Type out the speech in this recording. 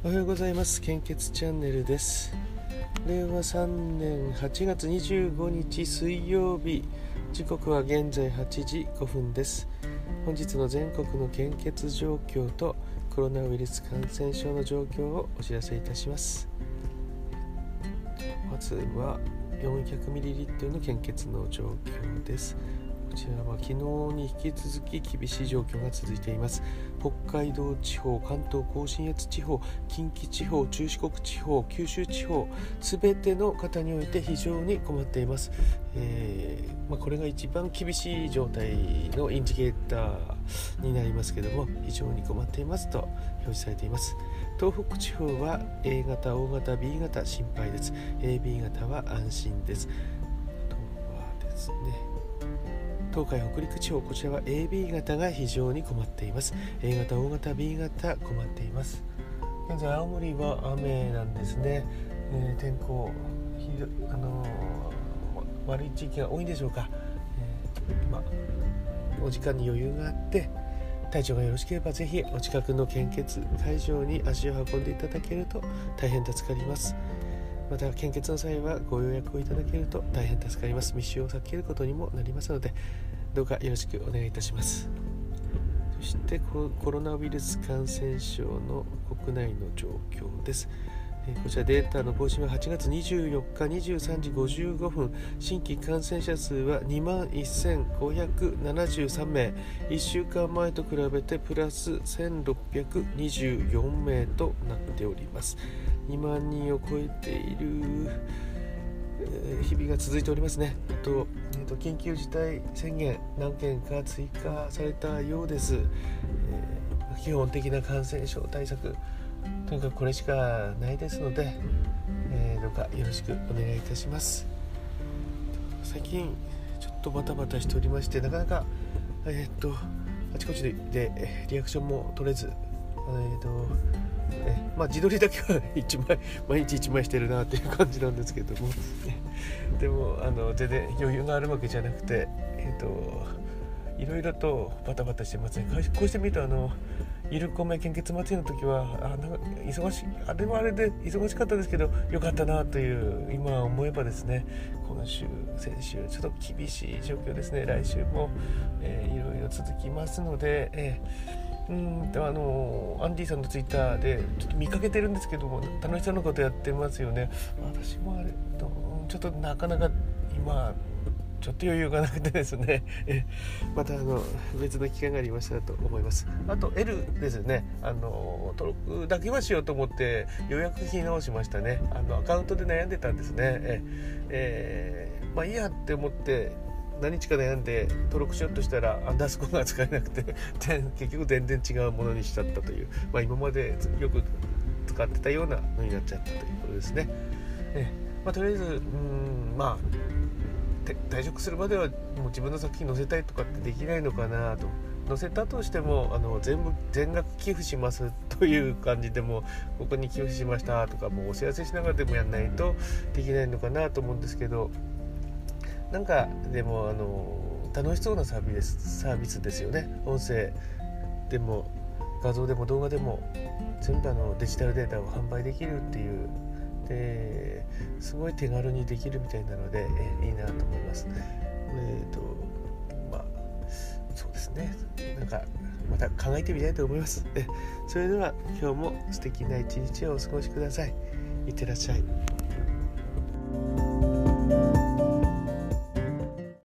おはようございます。献血チャンネルです。令和3年8月25日水曜日、時刻は現在8時5分です。本日の全国の献血状況とコロナウイルス感染症の状況をお知らせいたします。まずは 400ml の献血の状況です。こちらは昨日に引き続き厳しい状況が続いています。北海道地方、関東甲信越地方、近畿地方、中四国地方、九州地方、すべての方において非常に困っています。これが一番厳しい状態のインジケーターになりますけども、非常に困っていますと表示されています。東北地方は A 型、O 型、B 型心配です。 AB 型は安心です。あとはですね、東海北陸地方、こちらは AB 型が非常に困っています。 A 型、O 型、B 型困っています。現在青森は雨なんですね。天候悪い地域が多いんでしょうか。お時間に余裕があって体調がよろしければぜひお近くの献血会場に足を運んでいただけると大変助かります。また献血の際はご予約をいただけると大変助かります。密集を避けることにもなりますので、どうかよろしくお願いいたします。そしてコロナウイルス感染症の国内の状況です。こちらデータの更新は8月24日23時55分、新規感染者数は 21,573 名、1週間前と比べてプラス1624名となっております。2万人を超えている日々が続いておりますね。あと、緊急事態宣言何件か追加されたようです。基本的な感染症対策、とにかくこれしかないですので、どうかよろしくお願いいたします。最近ちょっとバタバタしておりまして、なかなか、あちこちでリアクションも取れず、自撮りだけは毎日1枚してるなっていう感じなんですけども、でも全然余裕があるわけじゃなくて、いろいろとバタバタしてますね。こうしてみるとゆるこめ献血祭りの時はあれはあれで忙しかったですけどよかったなという今思えばですね、今週先週ちょっと厳しい状況ですね。来週も、いろいろ続きますので、アンディさんのツイッターでちょっと見かけてるんですけども、楽しそうなことやってますよね。私もちょっとなかなか今ちょっと余裕がなくてですねまた別の機会がありましたらと思います。あと L ですね、登録だけはしようと思って予約費直しましたね。アカウントで悩んでたんですね。いいやって思って何日か悩んで登録しようとしたらアンダースコアが使えなくて結局全然違うものにしちゃったという、今までよく使ってたようなのになっちゃったということですね。とりあえず退職するまではもう自分の作品載せたいとかってできないのかなと。載せたとしても全額寄付しますという感じでも、ここに寄付しましたとかもうお知らせしながらでもやんないとできないのかなと思うんですけど、なんかでも楽しそうなサービスですよね。音声でも画像でも動画でも全部デジタルデータを販売できるっていうすごい手軽にできるみたいなので、いいなと思います。そうですね、なんかまた考えてみたいと思います。それでは今日も素敵な一日をお過ごしください。いってらっしゃい。